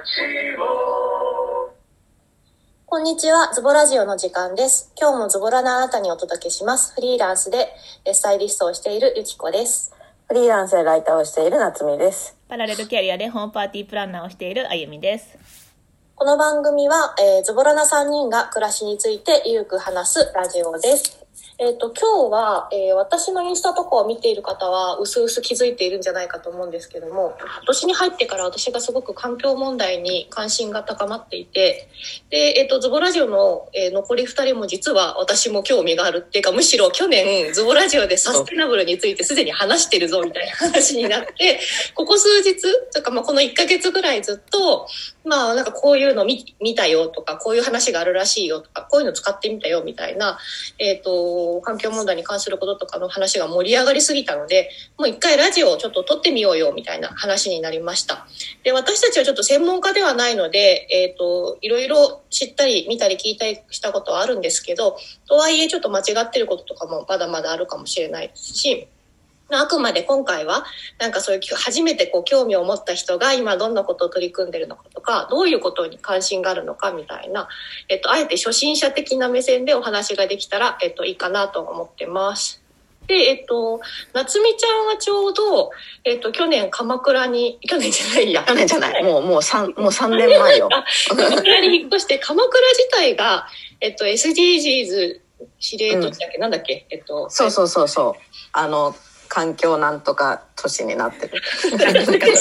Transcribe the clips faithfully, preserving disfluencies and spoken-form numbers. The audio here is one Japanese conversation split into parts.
こんにちは、ズボラジオの時間です。今日もズボラなあなたにお届けします。フリーランスでスタイリストをしているゆきこです。 フリーランスでライターをしているなつみです。 パラレルキャリアでホームパーティープランナーをしているあゆみです。 この番組は、えー、ズボラなさんにんが暮らしについてゆるく話すラジオです。えっと、今日は、えー、私のインスタとかを見ている方はうすうす気づいているんじゃないかと思うんですけども、今年に入ってから私がすごく環境問題に関心が高まっていて、で、えっと、ズボラジオの、えー、残りふたりも実は私も興味があるっていうか、むしろ去年ズボラジオでサステナブルについてすでに話してるぞみたいな話になって、ここ数日とか、まあ、このいっかげつぐらいずっと、まあなんかこういうの 見, 見たよとか、こういう話があるらしいよとか、こういうの使ってみたよみたいな、えっと、環境問題に関することとかの話が盛り上がりすぎたので、もう一回ラジオをちょっと撮ってみようよみたいな話になりました。で、私たちはちょっと専門家ではないので、えっと、いろいろ知ったり見たり聞いたりしたことはあるんですけど、とはいえちょっと間違ってることとかもまだまだあるかもしれないですし、あくまで今回はなんかそういう初めてこう興味を持った人が今どんなことを取り組んでるのかとか、どういうことに関心があるのかみたいな、えっと、あえて初心者的な目線でお話ができたら、えっと、いいかなと思ってます。で、えっと、なつみちゃんはちょうど、えっと、去年鎌倉に、去年じゃないや。 去年じゃない。もう、もう三、もう三年前よ。 鎌倉に引っ越して、鎌倉自体が、えっと、エスディージーズ 司令都市だっけ、うん、なんだっけ、えっと。 そうそうそうそう。あの、環境なんとか都市になってる。 なんか、イメージのさ、二人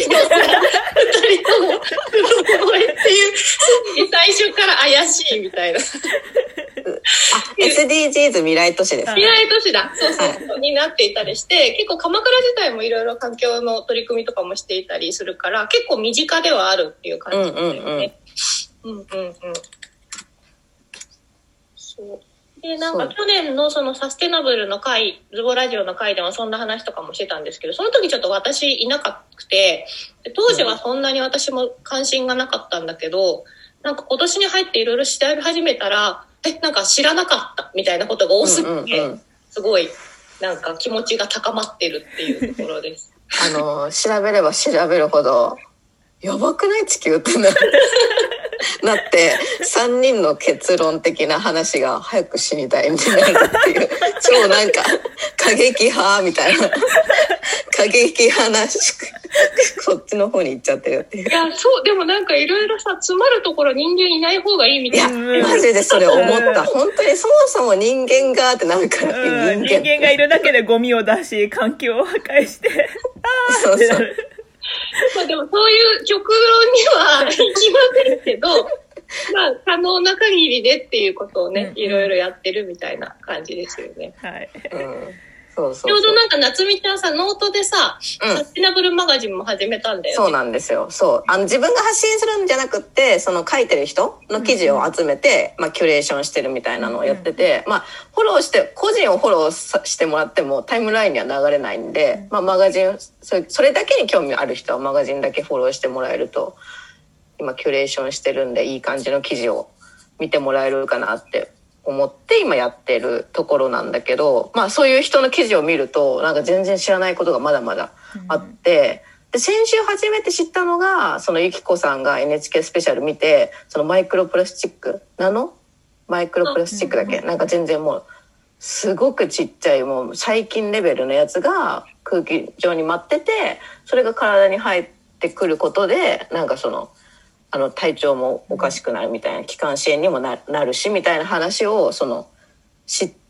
とも、これっていう、最初から怪しいみたいな。あ、 エスディージーズ 未来都市です、ね。 未来都市だ。そうそうそう、はい、になっていたりして、結構鎌倉自体もいろいろ環境の取り組みとかもしていたりするから、結構身近ではあるっていう感じだよね。うんうんうん。うんうんうん。そう。で、なんか去年のそのサステナブルの回、ズボラジオの回ではそんな話とかもしてたんですけど、その時ちょっと私いなかったて、当時はそんなに私も関心がなかったんだけど、なんか今年に入っていろいろ調べ始めたら、え、なんか知らなかったみたいなことが多すぎて、うんうんうん、すごいなんか気持ちが高まってるっていうところです。 あの、調べれば調べるほど、やばくない地球ってななってさんにんの結論的な話が早く死にたいみたいなっていう超なんか過激派みたいな過激派なそっちの方に行っちゃってるっていう。 いや、そう、でもなんかいろいろさ、詰まるところ人間いない方がいいみたいな。 いやマジでそれ思った本当にそもそも人間がってなるから、 うん、人間人間がいるだけでゴミを出し環境を破壊してあーってなる。 まあでもそういう極論には行きませんけど、まあ可能な限りでっていうことをね、いろいろやってるみたいな感じですよね。 はい。 うん、そうそうそう。 ちょうどなんか夏美ちゃんさ、ノートでさ、うん、サステナブルマガジンも始めたんだよね。 そうなんですよ。そう。あの自分が発信するんじゃなくって、その書いてる人の記事を集めて、うん、まあキュレーションしてるみたいなのをやってて、うん、まあフォローして、個人をフォローしてもらってもタイムラインには流れないんで、うん、まあマガジン、それ、それだけに興味ある人はマガジンだけフォローしてもらえると、今キュレーションしてるんでいい感じの記事を見てもらえるかなって思って今やってるところなんだけど、まあそういう人の記事を見るとなんか全然知らないことがまだまだあって、うん、で先週初めて知ったのがそのゆきこさんが エヌエイチケー スペシャル見て、そのマイクロプラスチックナノマイクロプラスチックだっけ、うん、なんか全然もうすごくちっちゃいもう細菌レベルのやつが空気上に舞ってて、それが体に入ってくることでなんかそのあの体調もおかしくなるみたいな、気管支炎にも な, なるしみたいな話をその知って、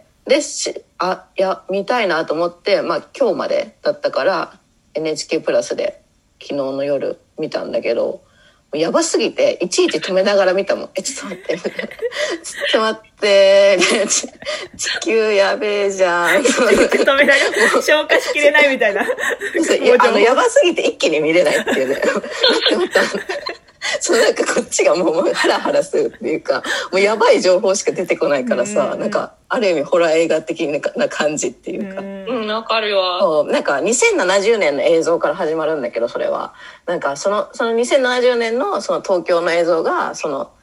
でしあいや見たいなと思って、まあ今日までだったから エヌエイチケー プラスで昨日の夜見たんだけど、やばすぎていちいち止めながら見たもん。えちょっと待ってちょっと待って地球やべえじゃん止めながら消化しきれないみたいなあのやばすぎて一気に見れないっていうね待って待ってそうなんかこっちがもうハラハラするっていうか、もうやばい情報しか出てこないからさ、うん、なんかある意味ホラー映画的な感じっていうか、 うん、わかるわ。 そうなんかにせんななじゅうねんの映像から始まるんだけど、それはなんかそのそのにせんななじゅうねんのその東京の映像がその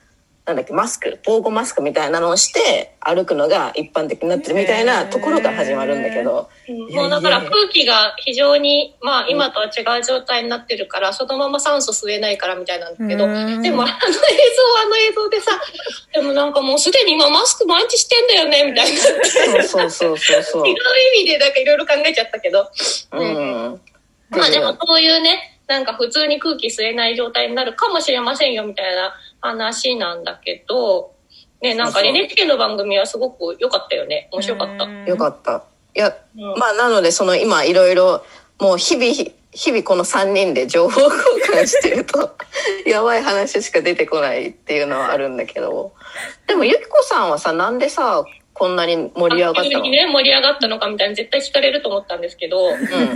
なんだっけマスク防護マスクみたいなのをして歩くのが一般的になってるみたいなところから始まるんだけど、 うん、もうだから空気が非常にまあ今とは違う状態になってるからそのまま酸素吸えないからみたいなんだけど、でもあの映像はあの映像でさでもなんかもうすでに今マスク毎日してんだよねみたいなそうそうそうそうそう違う意味でなんかいろいろ考えちゃったけど、うん、うん、まあでもそういうねなんか普通に空気吸えない状態になるかもしれませんよみたいな話なんだけど、ね、なんか エヌエイチケー の番組はすごく良かったよね。面白かった。 良かった。いや、うん、まあなのでその今いろいろもう日々日々このさんにんで情報交換してるとやばい話しか出てこないっていうのはあるんだけど、でもゆきこさんはさなんでさこんなに盛り上がったの？ ね、盛り上がったのかみたいに絶対聞かれると思ったんですけど、うん、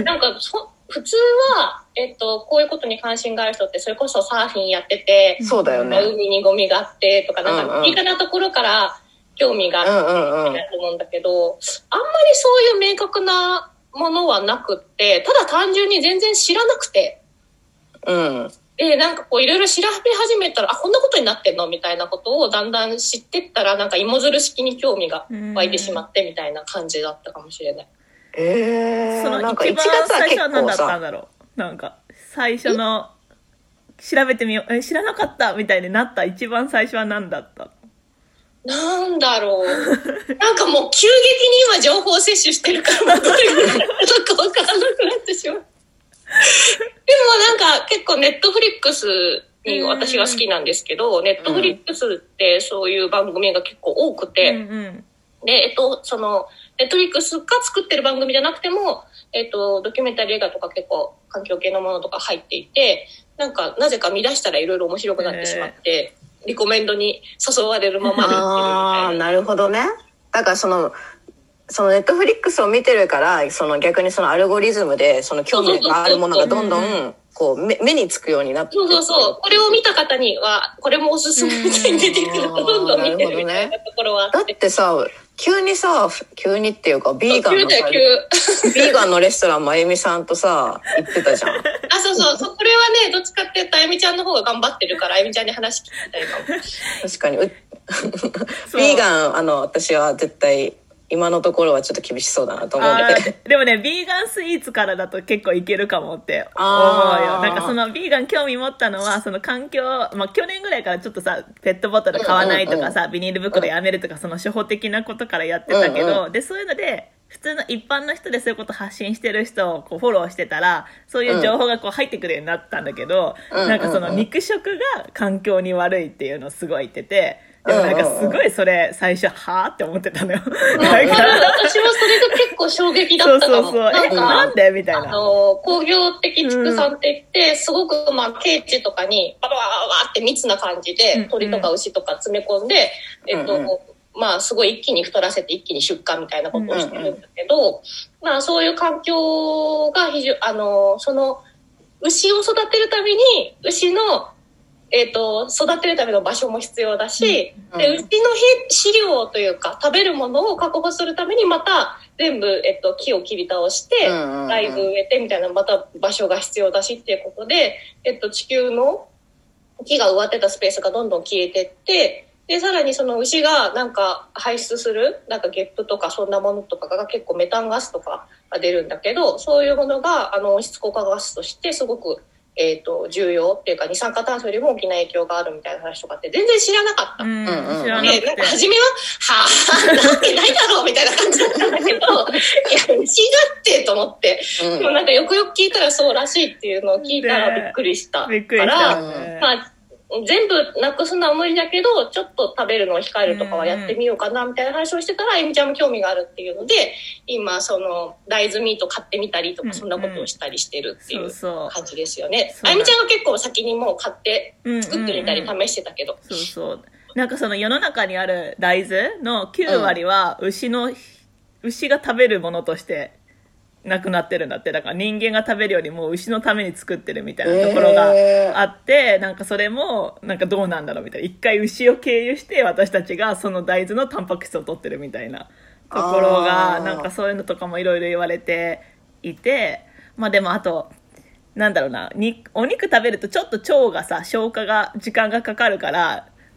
なんかそ普通は、えっと、こういうことに関心がある人ってそれこそサーフィンやってて、 そうだよね、 海にゴミがあってとかなんか身近なところから興味があってだと思うんだけど、うんうんうん、あんまりそういう明確なものはなくってただ単純に全然知らなくて、 うん、 でなんかこういろいろ調べ始めたらあこんなことになってんのみたいなことをだんだん知ってったらなんか芋づる式に興味が湧いてしまってみたいな感じだったかもしれない。 えー、 その一番最初は何だったんだろう。なんか最初の調べてみようえ知らなかったみたいになった一番最初は何だった？ なんだろうなんかもう急激に今情報摂取してるからどれぐらいなのか分からなくなってしまうでもなんか結構ネットフリックスに私が好きなんですけど、ネットフリックスってそういう番組が結構多くて、うんうん、でえっとそのネットフリックスが作ってる番組じゃなくても、えっと、ドキュメンタリー映画とか結構環境系のものとか入っていて、なんかなぜか見出したらいろいろ面白くなってしまって、リコメンドに誘われるままになってるみたいな。 あー、なるほどね。だからその、そのネットフリックスを見てるから、その逆にそのアルゴリズムでその興味があるものがどんどんこう 目, 目につくようになってそうそうそう。これを見た方にはこれもおすすめみたいに出てくるとどんどん見てるみたいなところはあって。 だってさ、急にさ、急にっていうかビーガンのさ、ビーガンのレストランもあゆみさんとさ行ってたじゃん。あ、 そうそうそう。これはね、どっちかっていうとあゆみちゃんの方が頑張ってるからあゆみちゃんに話聞きたいかも。 確かにビーガンあの私は絶対今のところはちょっと厳しそうだなと思うので。 でもね、ビーガンスイーツからだと結構いけるかもって思うよ。なんかそのビーガン興味持ったのは、その環境、まあ去年ぐらいからちょっとさ、ペットボトル買わないとかさ、うんうんうん、ビニール袋やめるとか、その初歩的なことからやってたけど、うんうん、で、そういうので、普通の一般の人でそういうこと発信してる人をこうフォローしてたら、そういう情報がこう入ってくるようになったんだけど、うん、なんかその肉食が環境に悪いっていうのをすごい言ってて、でもなんかすごいそれ最初はぁって思ってたのよ。なんか私もそれが結構衝撃だったかも。 そうそうそう。なんかなんでみたいな。 あの工業的畜産って言って、うん、すごくまあ渓地とかにババババって密な感じで、うん、鳥とか牛とか詰め込んで、うん、えっと、うんまあすごい一気に太らせて一気に出荷みたいなことをしてるんだけど、うんうん、まあそういう環境が非常あのその牛を育てるために牛のえーと、育てるための場所も必要だし、うん、で牛の飼料というか食べるものを確保するためにまた全部、えっと、木を切り倒して大豆植えてみたいなまた場所が必要だしっていうことで、えっと、地球の木が植わってたスペースがどんどん消えてってでさらにその牛がなんか排出するなんかゲップとかそんなものとかが結構メタンガスとかが出るんだけどそういうものがあの温室効果ガスとしてすごくえーと、重要っていうか二酸化炭素よりも大きな影響があるみたいな話とかって全然知らなかった。うん、 知らなくて。 なんか初めは、はぁ、なってないだろうみたいな感じだったんだけど、いや、牛だってと思って、うん、でもなんかよくよく聞いたらそうらしいっていうのを聞いたらびっくりしたから、 びっくりしたね、 まあ全部なくすのは無理だけどちょっと食べるのを控えるとかはやってみようかなみたいな話をしてたらあゆみちゃんも興味があるっていうので今その大豆ミート買ってみたりとかそんなことをしたりしてるっていう感じですよね。あゆみちゃんが結構先にもう買って作ってみたり試してたけど、 そうそうなんかその世の中にある大豆のきゅう割は牛の牛が食べるものとしてなくなってるんだって。だから人間が食べるよりも牛のために作ってるみたいなところがあって、えー、なんかそれもなんかどうなんだろうみたいな。一回牛を経由して私たちがその大豆のタンパク質を取ってるみたいなところがなんかそういうのとかもいろいろ言われていて、まあでもあとなんだろうなにお肉食べるとちょっと腸がさ消化が時間がかかるから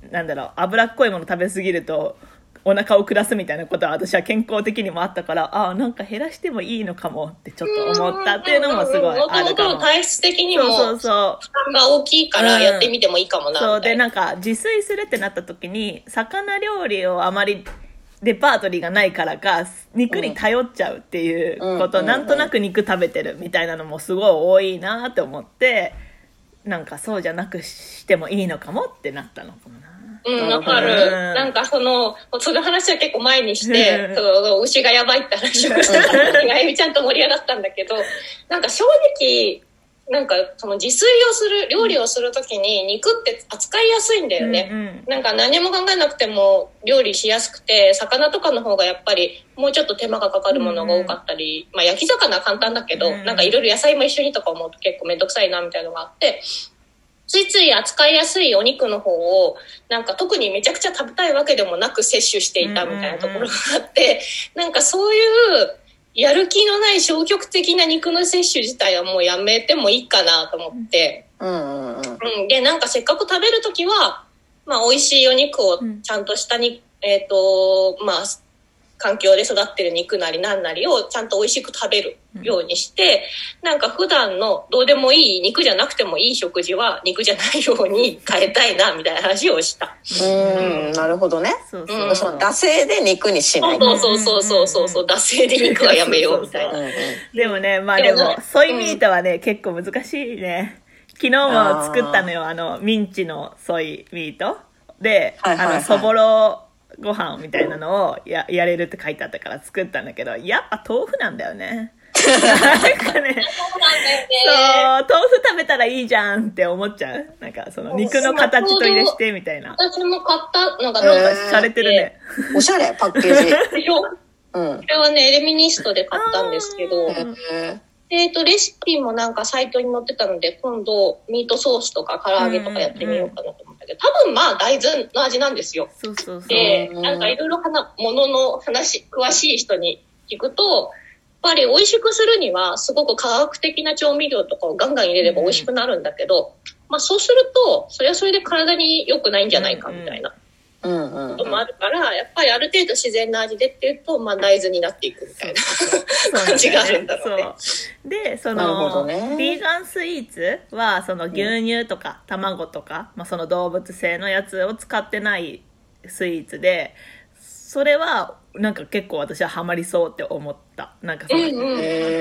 なんだろう、脂っこいもの食べ過ぎるとお腹を下すみたいなことは私は健康的にもあったから、ああなんか減らしてもいいのかもってちょっと思ったっていうのもすごいあるかも。 もともと体質的にも負担が大きいからやってみてもいいかもなみたいな、 うん、そうでなんか自炊するってなった時に魚料理をあまりレパートリーがないからか肉に頼っちゃうっていうこと、うん、なんとなく肉食べてるみたいなのもすごい多いなって思って、なんかそうじゃなくしてもいいのかもってなったのかもな。 うん、わかる、うん、なんかそのその話は結構前にしてその牛がやばいって話をした時があゆみちゃんと盛り上がったんだけど、なんか正直なんかその自炊をする料理をするときに肉って扱いやすいんだよね、うんうん、なんか何も考えなくても料理しやすくて、魚とかの方がやっぱりもうちょっと手間がかかるものが多かったり、うんうん、まあ焼き魚は簡単だけど、うんうん、なんかいろいろ野菜も一緒にとか思うと結構めんどくさいなみたいなのがあって、ついつい扱いやすいお肉の方をなんか特にめちゃくちゃ食べたいわけでもなく摂取していたみたいなところがあって、うんうんうん、なんかそういうやる気のない消極的な肉の摂取自体はもうやめてもいいかなと思って、うんうんうんうん、でなんかせっかく食べるときは、まあ、美味しいお肉をちゃんとしたに、うん、えっとまあ環境で育ってる肉なりなんなりをちゃんと美味しく食べるようにして、うん、なんか普段のどうでもいい肉じゃなくてもいい食事は肉じゃないように変えたいなみたいな話をした。 うん、なるほどね。そうそう、うん、その惰性で肉にしない。 そうそうそうそうそうそう、惰性で肉はやめようみたいな。そうそうそう、 でもね、まあでもソイミートはね、うん、結構難しいね。昨日も作ったのよ、あのミンチのソイミートで、はいはいはい、あのそぼろご飯みたいなのを や, やれるって書いてあったから作ったんだけど、やっぱ豆腐なんだよね。なんかね、そう豆腐食べたらいいじゃんって思っちゃう。なんかその肉の形と入れしてみたいな。 私も買ったのがなんかしゃれてるね。 おしゃれパッケージ。 うん、これはねエレミニストで買ったんですけど、えーとレシピもなんかサイトに載ってたので今度ミートソースとか唐揚げとかやってみようかなと思ったけど、多分まあ大豆の味なんですよ。 そうそうそう。 でなんかいろいろものの話詳しい人に聞くと、やっぱり美味しくするにはすごく科学的な調味料とかをガンガン入れれば美味しくなるんだけど、まあそうするとそれはそれで体に良くないんじゃないかみたいなこともあるから、やっぱりある程度自然な味でっていうと、まあ大豆になっていくみたいな感じがあるんだろうね。 そうでその、ね、ビーガンスイーツはその牛乳とか卵とか、まあ、その動物性のやつを使ってないスイーツで、それはなんか結構私はハマりそうって思った。なんかその、うんうん、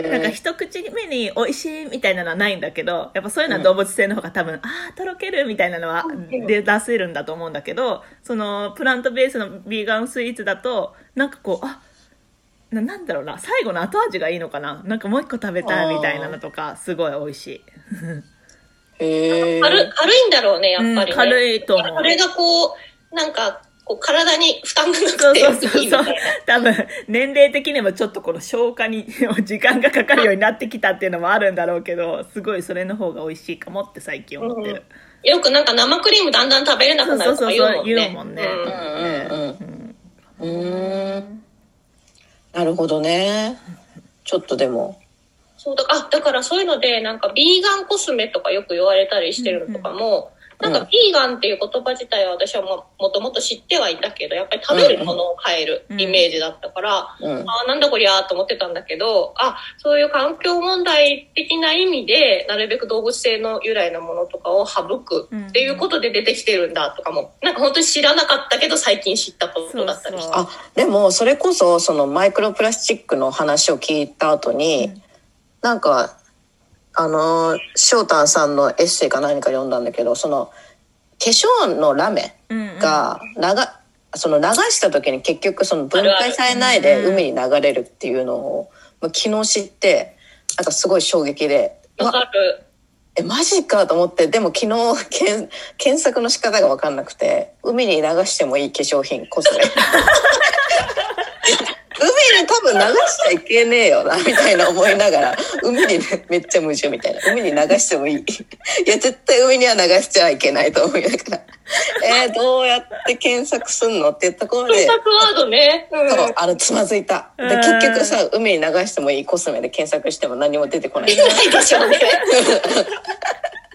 なんか一口目に美味しいみたいなのはないんだけど、やっぱそういうのは動物性の方が多分、うん、ああとろけるみたいなのはで出せるんだと思うんだけど、そのプラントベースのビーガンスイーツだとなんかこうあな, なんだろうな最後の後味がいいのかな、なんかもう一個食べたいみたいなのとかすごい美味しい。 へー、 軽, 軽いんだろうねやっぱりね、うん、 軽いと思う。 それがこうなんかこう体に負担がなくていいみたいな。そうそうそう、多分年齢的にもちょっとこの消化に時間がかかるようになってきたっていうのもあるんだろうけど、すごいそれの方が美味しいかもって最近思ってる、 うん、よくなんか生クリームだんだん食べれなくなるとか言うもんね。そうそうそう言うもんね。 うんうんうんうん、なるほどね。ちょっとでもそうだ、あ、だからそういうのでなんかビーガンコスメとかよく言われたりしてるのとかも、うんうん、なんかビーガンっていう言葉自体は私は も, もともと知ってはいたけど、やっぱり食べるものを変えるイメージだったから、うんうん、あなんだこりゃと思ってたんだけど、あそういう環境問題的な意味でなるべく動物性の由来のものとかを省くっていうことで出てきてるんだとかも、なんか本当に知らなかったけど最近知ったことだったりして。 あでもそれこそそのマイクロプラスチックの話を聞いた後に、うん、なんかあの翔太さんのエッセイか何か読んだんだけど、その化粧のラメが流、うんうん、その流した時に結局その分解されないで海に流れるっていうのを昨日知って、なんかすごい衝撃で、 わかる、 えマジかと思って、でも昨日検検索の仕方が分かんなくて、海に流してもいい化粧品コスメ海に多分流しちゃいけねえよなみたいな思いながら、海に、ね、めっちゃ矛盾みたいな、海に流してもいいいや絶対海には流しちゃいけないと思いながらえー、どうやって検索すんのって言ったところで検索ワードね、 うん、そうあのつまずいた。で結局さ、海に流してもいいコスメで検索しても何も出てこない。 出ないでしょうね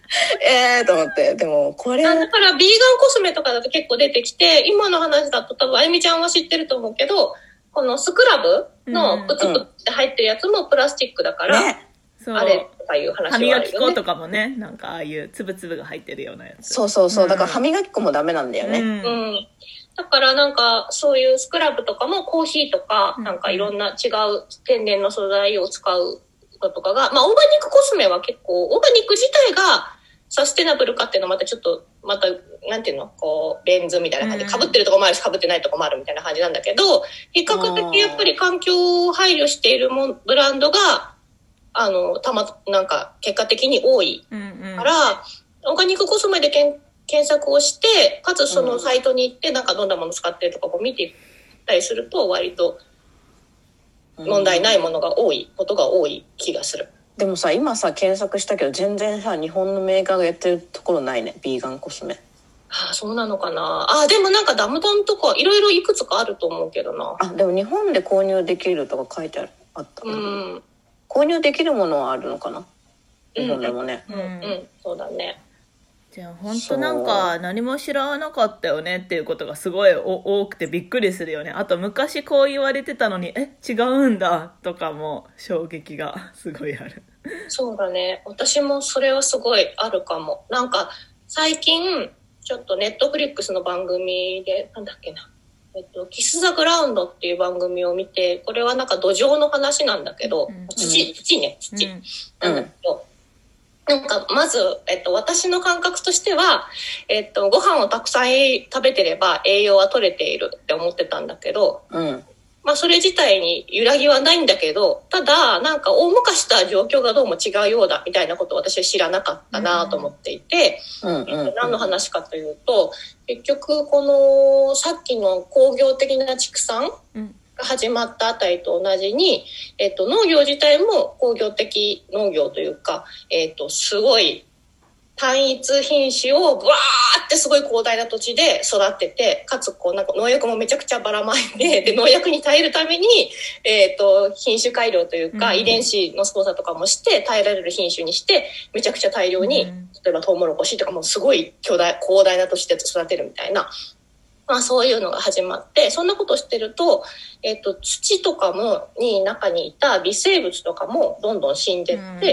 えーと思って。でもこれだからビーガンコスメとかだと結構出てきて、今の話だと多分あゆみちゃんは知ってると思うけど、このスクラブのプツプツって入ってるやつもプラスチックだから、ね、あれとかいう話はあるよね。 歯磨き粉とかもね、なんかああいうつぶつぶが入ってるようなやつ。 そうそうそう、だから歯磨き粉もダメなんだよね。 うん、うん、だからなんかそういうスクラブとかもコーヒーとかなんかいろんな違う天然の素材を使うのとかが、まあオーガニックコスメは結構オーガニック自体がサステナブルかっていうのはまたちょっとまたなんていうのこうレンズみたいな感じで被ってるとこもあるし被ってないとこもあるみたいな感じなんだけど、比較的やっぱり環境を配慮しているもんブランドがあのたまなんか結果的に多いから、うんうん、オーガニックコスメでけん検索をしてかつそのサイトに行ってなんかどんなもの使ってるとかこう見ていったりすると割と問題ないものが多いことが多い気がする。 でもさ今さ検索したけど全然さ日本のメーカーがやってるところないね、ビーガンコスメ。 ああそうなのかなあ。でもなんかダムダムとかいろいろいくつかあると思うけどな。 あでも日本で購入できるとか書いてあるあったかな、うん、購入できるものはあるのかな日本でもね。 うん、うんうん、そうだね。 じゃあ本当なんか何も知らなかったよねっていうことがすごい多くてびっくりするよね。あと昔こう言われてたのにえ違うんだとかも衝撃がすごいある。 そうだね、私もそれはすごいあるかも。なんか最近ちょっとネットフリックスの番組でなんだっけな、えっと、キス・ザ・グラウンドっていう番組を見て、これはなんか土壌の話なんだけど、うん、土土ね土、うん、なんだけど、なんかまず、えっと、私の感覚としては、えっと、ご飯をたくさん食べてれば栄養は取れているって思ってたんだけど、うん、まあそれ自体に揺らぎはないんだけど、ただなんか大昔とは状況がどうも違うようだみたいなことを私は知らなかったなと思っていて、うんうんうん、何の話かというと、結局このさっきの工業的な畜産が始まったあたりと同じに、えっと、農業自体も工業的農業というか、えっと、すごい単一品種をブワーってすごい広大な土地で育てて、かつこうなんか農薬もめちゃくちゃばらまいて、で農薬に耐えるために、えー、と品種改良というか、うん、遺伝子の操作とかもして耐えられる品種にしてめちゃくちゃ大量に、うん、例えばトウモロコシとかもすごい巨大広大な土地で育てるみたいな、まあ、そういうのが始まって、そんなことをしてると、えー、と土とかもに中にいた微生物とかもどんどん死んでって、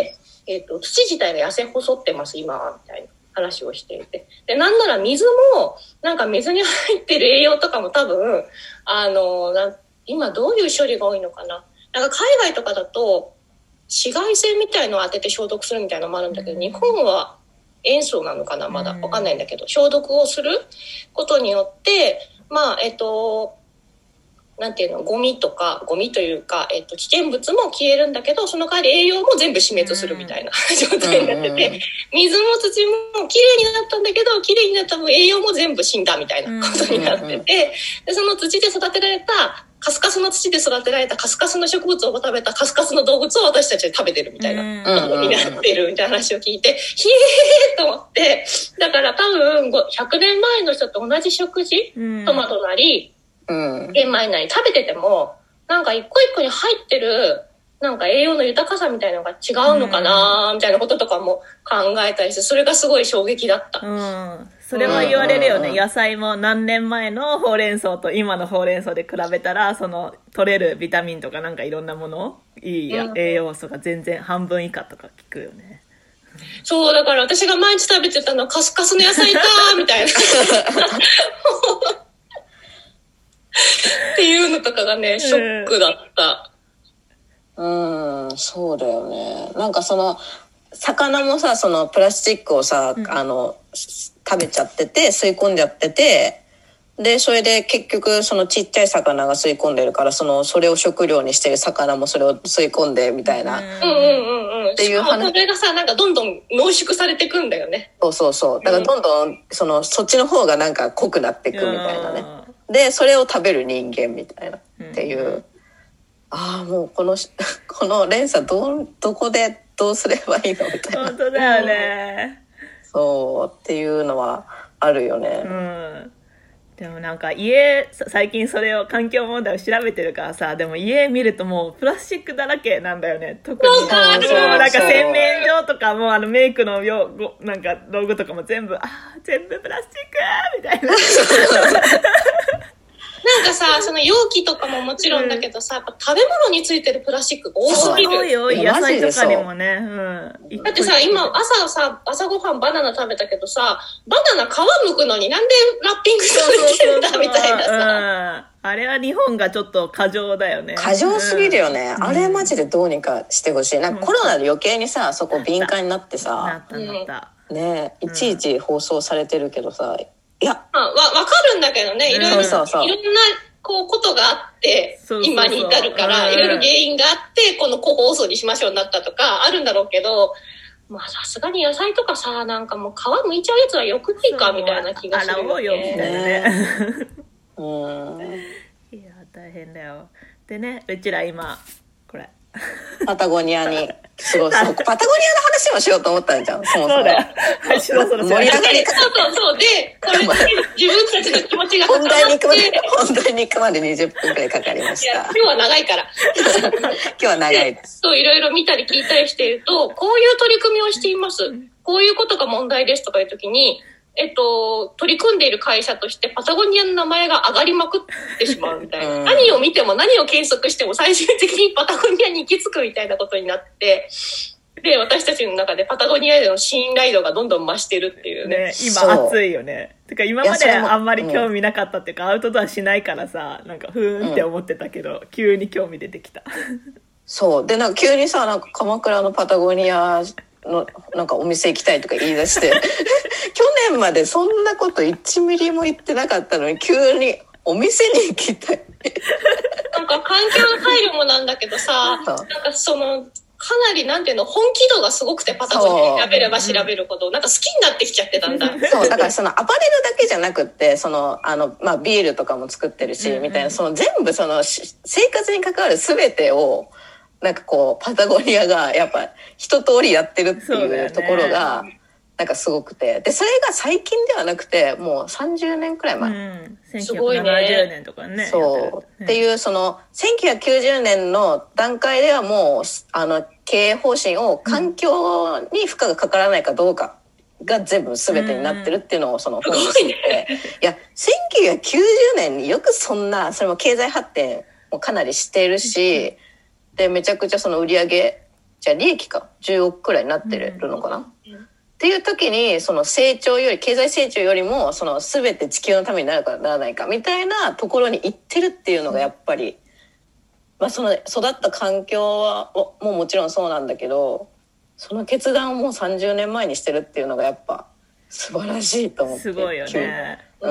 うんえー、と土自体が痩せ細ってます今はみたいな話をしていて、でなんなら水もなんか水に入ってる栄養とかも多分あのな今どういう処理が多いのかな、なんか海外とかだと紫外線みたいのを当てて消毒するみたいなのもあるんだけど、日本は塩素なのかなまだわかんないんだけど、消毒をすることによってまあえっ、ー、となんていうのゴミとかゴミというか、えっと、危険物も消えるんだけど、その代わり栄養も全部死滅するみたいな、うん、状態になってて、水も土もきれいになったんだけど、きれいになった分栄養も全部死んだみたいなことになってて、でその土で育てられたカスカスの土で育てられたカスカスの植物を食べたカスカスの動物を私たちで食べてるみたいなことになってるみたいな話を聞いて、ひえーと思って、だから多分ひゃくねんまえの人と同じ食事、トマトなり玄米なり食べててもなんか一個一個に入ってるなんか栄養の豊かさみたいなのが違うのかなみたいなこととかも考えたりして、それがすごい衝撃だった。 うん、それは言われるよね、うん、野菜も何年前のほうれん草と今のほうれん草で比べたらその取れるビタミンとかなんかいろんなものいい栄養素が全然半分以下とか聞くよね。 そうだから私が毎日食べてたのはカスカスの野菜かみたいなっていうのとかがねショックだった。 うん、そうだよね。なんかその魚もさ、そのプラスチックをさ、うん、あの食べちゃってて吸い込んじゃってて、でそれで結局そのちっちゃい魚が吸い込んでるから、そのそれを食料にしてる魚もそれを吸い込んでみたいな、うんうんうんうん、っていう話。それがさなんかどんどん濃縮されていくんだよね。 そうそうそう。だからどんどんそのそっちの方がなんか濃くなっていくみたいなね。でそれを食べる人間みたいなっていう、うん、ああもうこのこの連鎖どうどこでどうすればいいのみたいな。 本当だよね。 そうっていうのはあるよね。 うん。 でもなんか家、最近それを環境問題を調べてるからさ、でも家見るともうプラスチックだらけなんだよね。特に。 わかる。 そう、なんか洗面所とかもあのメイクの用具、なんか道具とかも全部、あー、全部プラスチックみたいな。 なんかさ、その容器とかももちろんだけどさ、やっぱ食べ物についてるプラスチックが多すぎる。 多い多い、野菜とかにもね。うん。 だってさ、今朝さ、朝ごはんバナナ食べたけどさ、バナナ皮剥くのになんでラッピングされてるんだみたいなさ。 うん。あれは日本がちょっと過剰だよね。 過剰すぎるよね。うん、あれマジでどうにかしてほしい。なんかコロナで余計にさ、そこ敏感になってさ。 なったなった。 ねえ、いちいち放送されてるけどさ、いや。 まあ、わ、わかるんだけどね、いろいろ、そうそうそういろんな、こう、ことがあって、そうそうそう今に至るから、いろいろ原因があって、この個包装にしましょうになったとか、あるんだろうけど、まあ、さすがに野菜とかさ、なんかもう皮むいちゃうやつはよくないか、みたいな気がするよ、ね。 洗おうよ、みたいなね。 うん。 いや、大変だよ。でね、うちら今、これ。 パタゴニアに、すごい、パタゴニアの話をしようと思ったんじゃん、そもそも。 そうだよ。はい、しろそろ盛り上がり方。そうそうそう。で、これ、自分たちの気持ちが本題に行くまで、本題に行くまでにじゅっぷんくらいかかりました。いや、 今日は長いから。 今日は長いです。 そう、いろいろ見たり聞いたりしていると、こういう取り組みをしています。こういうことが問題ですとかいうときに、えっと、取り組んでいる会社としてパタゴニアの名前が上がりまくってしまうみたいな。何を見ても何を検索しても最終的にパタゴニアに行き着くみたいなことになって、で、私たちの中でパタゴニアでの信頼度がどんどん増してるっていうね。 ね、今熱いよね。てか今まであんまり興味なかったっていうか、うん、アウトドアしないからさ、なんかふーんって思ってたけど、うん、急に興味出てきた。 そう。で、なんか急にさ、なんか鎌倉のパタゴニアのなんかお店行きたいとか言い出して去年までそんなこといちミリも言ってなかったのに急にお店に行きたいなんか環境の配慮もなんだけどさなんかそのかなりなんていうの本気度がすごくてパタゴニア調べれば調べるほどなんか好きになってきちゃってたんだそうだからそのアパレルだけじゃなくってそのあの、まあ、ビールとかも作ってるし、うんうん、みたいなその全部その生活に関わる全てをなんかこうパタゴニアがやっぱ一通りやってるっていうところがなんかすごくてでそれが最近ではなくてもうさんじゅうねんくらい前、 うん、せんきゅうひゃくななじゅうねんとかねそう、ね、っていうそのせんきゅうひゃくきゅうじゅうねんの段階ではもうあの経営方針を環境に負荷がかからないかどうかが全部全てになってるっていうのをその本にしてて、うん、いやせんきゅうひゃくきゅうじゅうねんによくそんなそれも経済発展もかなりしているし、うんでめちゃくちゃその売り上げじゃあ利益かじゅうおくくらいになってるのかな、うん、っていう時にその成長より経済成長よりもその全て地球のためになるかならないかみたいなところに行ってるっていうのがやっぱり、まあ、その育った環境はももちろんそうなんだけどその決断をもうさんじゅうねんまえにしてるっていうのがやっぱ素晴らしいと思ってすごいよね。 うん、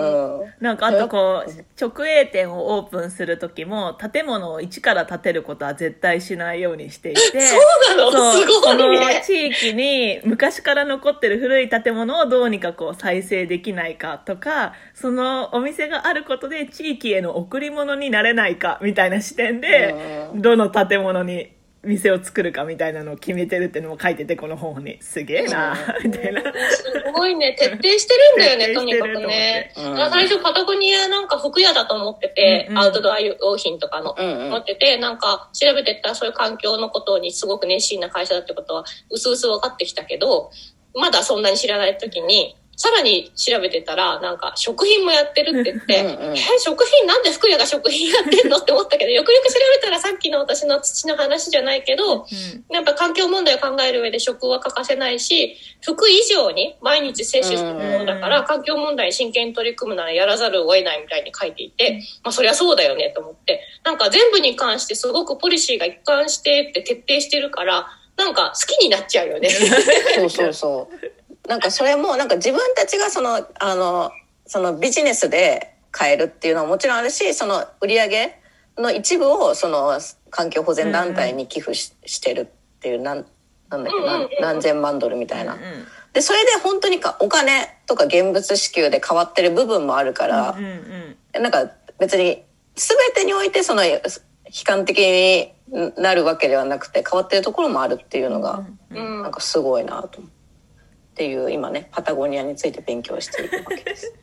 なんかあとこう直営店をオープンする時も建物を一から建てることは絶対しないようにしていてそうなのそうすごいねその地域に昔から残ってる古い建物をどうにかこう再生できないかとかそのお店があることで地域への贈り物になれないかみたいな視点でどの建物に店を作るかみたいなのを決めてるっていうのも書いててこの本にすげえなみたいなすごいね徹底してるんだよねとにかくね、うん、最初パタゴニアなんか服屋だと思ってて、うん、アウトドア用品とかの、うんうん、思っててなんか調べてったらそういう環境のことにすごく熱心な会社だってことはうすうす分かってきたけどまだそんなに知らない時にさらに調べてたら、なんか、食品もやってるって言って、うんうん、え、食品なんで服屋が食品やってんのって思ったけど、よくよく調べたらさっきの私の土の話じゃないけど、うん、やっぱ環境問題を考える上で食は欠かせないし、服以上に毎日摂取するものだから、うんうん、環境問題に真剣に取り組むならやらざるを得ないみたいに書いていて、うん、まあそりゃそうだよねと思って、なんか全部に関してすごくポリシーが一貫してって徹底してるから、なんか好きになっちゃうよね。 そうそうそう。なんかそれもなんか自分たちがそのあのそのビジネスで買えるっていうのはもちろんあるしその売り上げの一部をその環境保全団体に寄付 し,、うん、してるっていうなんなんだっけ、うん、何千万ドルみたいな、うんうん、でそれで本当にかお金とか現物支給で変わってる部分もあるから、うんうんうん、なんか別に全てにおいてその悲観的になるわけではなくて変わってるところもあるっていうのが、うんうん、なんかすごいなと思って。っていう今ねパタゴニアについて勉強しているわけです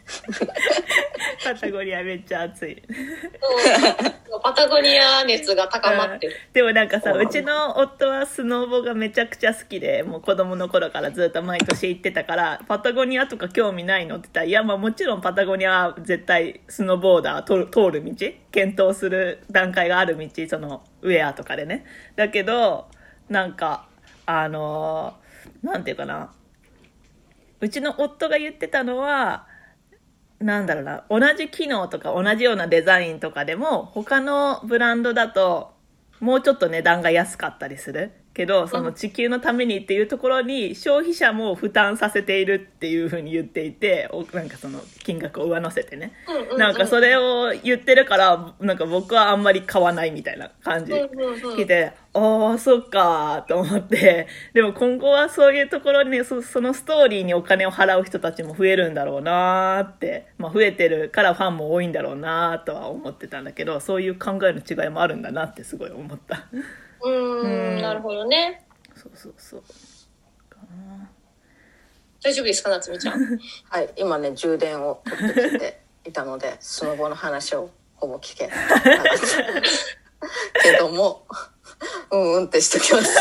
パタゴニアめっちゃ暑い。 そうパタゴニア熱が高まってる。 でもなんかさ、 そうなんだうちの夫はスノボがめちゃくちゃ好きで、もう子供の頃からずっと毎年行ってたから、パタゴニアとか興味ないのって言ったら、いやまあもちろんパタゴニアは絶対スノーボーダー通る、通る道検討する段階がある道、そのウェアとかでね。だけど、なんか、あのー、なんていうかな。うちの夫が言ってたのは、なんだろうな、同じ機能とか同じようなデザインとかでも他のブランドだともうちょっと値段が安かったりするけど、その地球のためにっていうところに消費者も負担させているっていう風に言っていて、なんかその金額を上乗せてね、 うんうんうん、 なんかそれを言ってるからなんか僕はあんまり買わないみたいな感じ聞いて、ああそっかと思って、でも今後はそういうところに、ね、そ, そのストーリーにお金を払う人たちも増えるんだろうなって、まあ、増えてるからファンも多いんだろうなとは思ってたんだけど、そういう考えの違いもあるんだなってすごい思った。 うーん、なるほどね。 そうそうそうかな。 大丈夫ですか、夏美ちゃん。 はい、今ね充電を取ってきていたのでスノボの話をほぼ聞けなかったけどもうんうんってしときます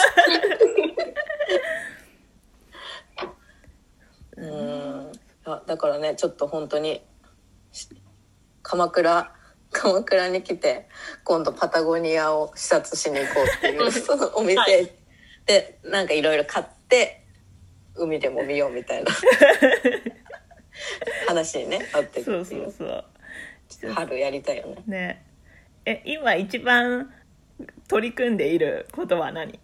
うーんあだからねちょっと本当に鎌倉鎌倉に来て今度パタゴニアを視察しに行こうっていうそのお店でなんかいろいろ買って海でも見ようみたいな話にねなってそうるっていうそうそう春やりたいよね。 ねえ、今一番取り組んでいることは何？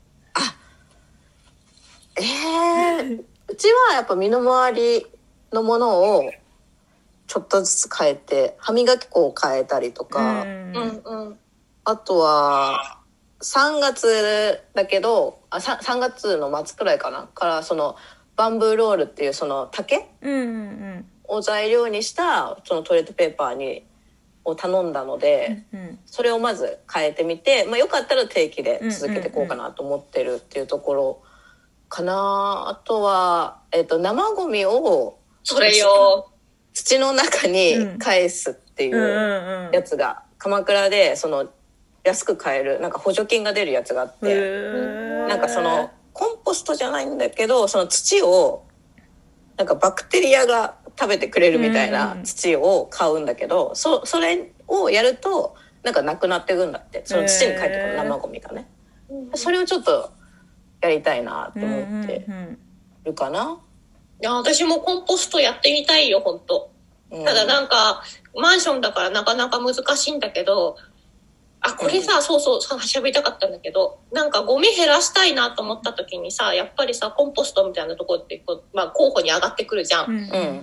えー、うちはやっぱ身の回りのものをちょっとずつ変えて歯磨き粉を変えたりとか、 うんうんうん。 あとはさんがつだけどあ 3, さんがつの末くらいかなからそのバンブーロールっていうその竹うんうんを材料にしたそのトイレットペーパーにを頼んだので、 うんうんそれをまず変えてみて、まあ、よかったら定期で続けていこうかなと思ってるっていうところかな。あとは、えっと、生ゴミをそれよ。 土の中に返すっていうやつが鎌倉でその安く買えるなんか補助金が出るやつがあって、なんかそのコンポストじゃないんだけどその土をなんかバクテリアが食べてくれるみたいな土を買うんだけど、そ, それをやるとなんかなくなっていくんだって、その土に帰ってくる生ゴミがね。それをちょっとやりたいなと思ってるかな。 いや、私もコンポストやってみたいよ、ほんと。ただなんか、マンションだからなかなか難しいんだけど、あ、これさ、うん、そうそう、喋りたかったんだけど、なんかゴミ減らしたいなと思った時にさ、やっぱりさ、コンポストみたいなところってこう、まあ、候補に上がってくるじゃん。うん、